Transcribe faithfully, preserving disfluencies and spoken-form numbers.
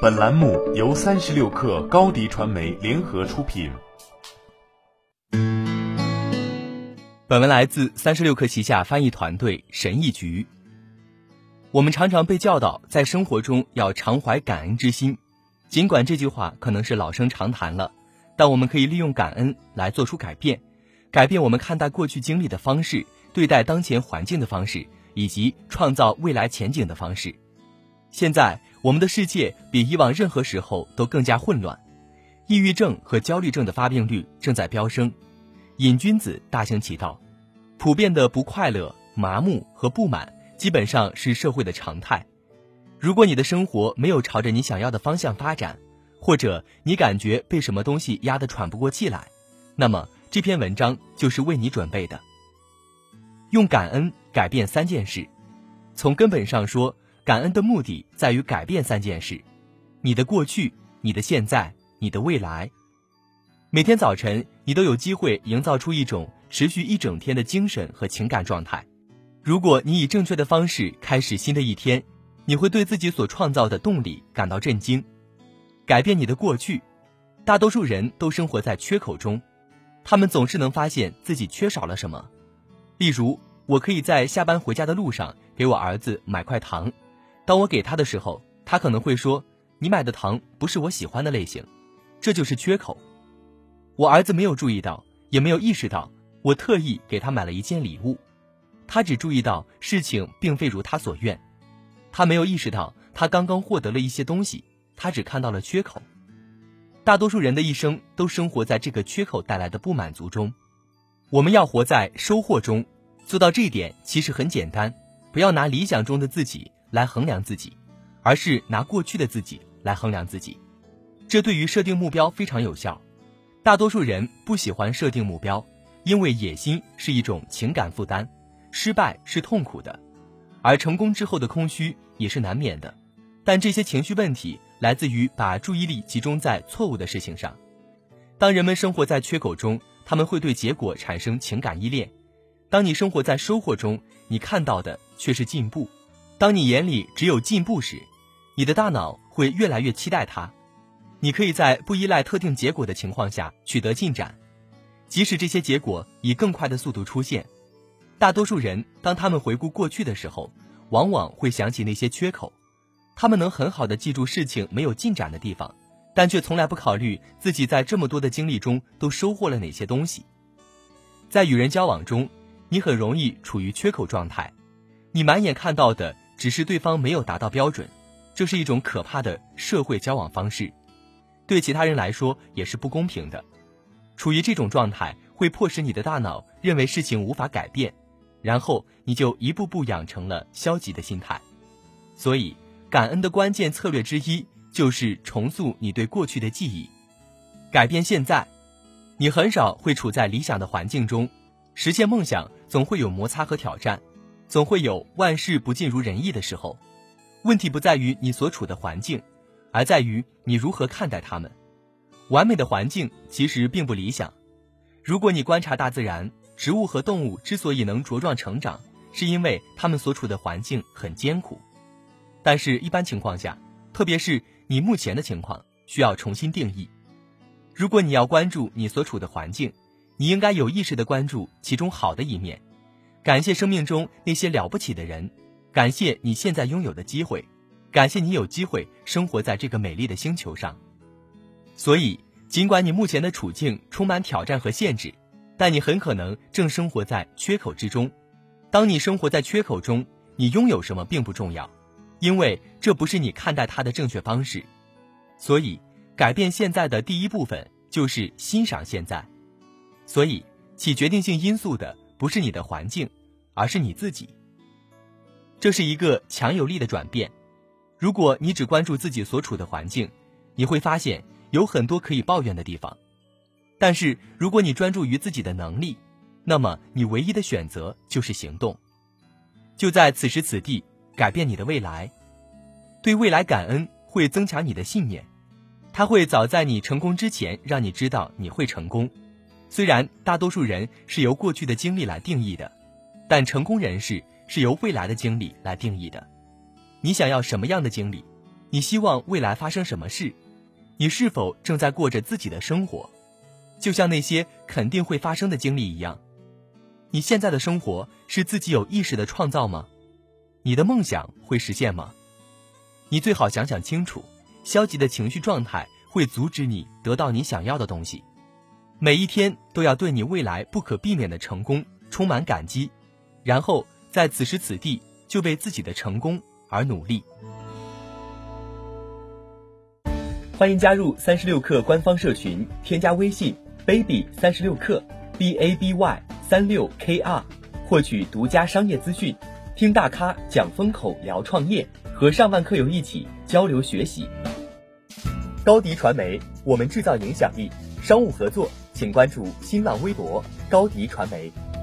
本栏目由三十六氪高迪传媒联合出品。 本文来自三十六氪旗下翻译团队神译局。我们常常被教导在生活中要常怀感恩之心，尽管这句话可能是老生常谈了，但我们可以利用感恩来做出改变，改变我们看待过去经历的方式，对待当前环境的方式，以及创造未来前景的方式。现在我们的世界比以往任何时候都更加混乱，抑郁症和焦虑症的发病率正在飙升，瘾君子大行其道，普遍的不快乐、麻木和不满基本上是社会的常态。如果你的生活没有朝着你想要的方向发展，或者你感觉被什么东西压得喘不过气来，那么这篇文章就是为你准备的。用感恩改变三件事。从根本上说，感恩的目的在于改变三件事：你的过去、你的现在、你的未来。每天早晨，你都有机会营造出一种持续一整天的精神和情感状态。如果你以正确的方式开始新的一天，你会对自己所创造的动力感到震惊。改变你的过去。大多数人都生活在缺口中，他们总是能发现自己缺少了什么。例如，我可以在下班回家的路上给我儿子买块糖，当我给他的时候，他可能会说，你买的糖不是我喜欢的类型，这就是缺口。我儿子没有注意到，也没有意识到我特意给他买了一件礼物，他只注意到事情并非如他所愿，他没有意识到他刚刚获得了一些东西，他只看到了缺口。大多数人的一生都生活在这个缺口带来的不满足中。我们要活在收获中，做到这一点其实很简单，不要拿理想中的自己来衡量自己，而是拿过去的自己来衡量自己。这对于设定目标非常有效。大多数人不喜欢设定目标，因为野心是一种情感负担，失败是痛苦的，而成功之后的空虚也是难免的。但这些情绪问题来自于把注意力集中在错误的事情上。当人们生活在缺口中，他们会对结果产生情感依恋。当你生活在收获中，你看到的却是进步。当你眼里只有进步时，你的大脑会越来越期待它。你可以在不依赖特定结果的情况下取得进展，即使这些结果以更快的速度出现。大多数人当他们回顾过去的时候，往往会想起那些缺口。他们能很好地记住事情没有进展的地方，但却从来不考虑自己在这么多的经历中都收获了哪些东西。在与人交往中，你很容易处于缺口状态，你满眼看到的只是对方没有达到标准，这是一种可怕的社会交往方式，对其他人来说也是不公平的。处于这种状态会迫使你的大脑认为事情无法改变，然后你就一步步养成了消极的心态。所以感恩的关键策略之一就是重塑你对过去的记忆，改变现在。你很少会处在理想的环境中，实现梦想总会有摩擦和挑战，总会有万事不尽如人意的时候。问题不在于你所处的环境，而在于你如何看待它们。完美的环境其实并不理想。如果你观察大自然，植物和动物之所以能茁壮成长，是因为它们所处的环境很艰苦。但是一般情况下，特别是你目前的情况，需要重新定义。如果你要关注你所处的环境，你应该有意识地关注其中好的一面，感谢生命中那些了不起的人，感谢你现在拥有的机会，感谢你有机会生活在这个美丽的星球上。所以，尽管你目前的处境充满挑战和限制，但你很可能正生活在缺口之中。当你生活在缺口中，你拥有什么并不重要，因为这不是你看待它的正确方式。所以，改变现在的第一部分就是欣赏现在。所以，起决定性因素的不是你的环境，而是你自己。这是一个强有力的转变。如果你只关注自己所处的环境，你会发现有很多可以抱怨的地方。但是，如果你专注于自己的能力，那么你唯一的选择就是行动。就在此时此地，改变你的未来。对未来感恩会增强你的信念，它会早在你成功之前让你知道你会成功。虽然大多数人是由过去的经历来定义的，但成功人士是由未来的经历来定义的。你想要什么样的经历？ 你希望未来发生什么事？你是否正在过着自己的生活？就像那些肯定会发生的经历一样，你现在的生活是自己有意识的创造吗？你的梦想会实现吗？你最好想想清楚，消极的情绪状态会阻止你得到你想要的东西。每一天都要对你未来不可避免的成功充满感激，然后在此时此地就为自己的成功而努力。欢迎加入三十六课官方社群，添加微信 baby 三十六课 b a b y 三六 k r， 获取独家商业资讯，听大咖讲风口，聊创业，和上万课友一起交流学习。高迪传媒，我们制造影响力。商务合作请关注新浪微博高迪传媒。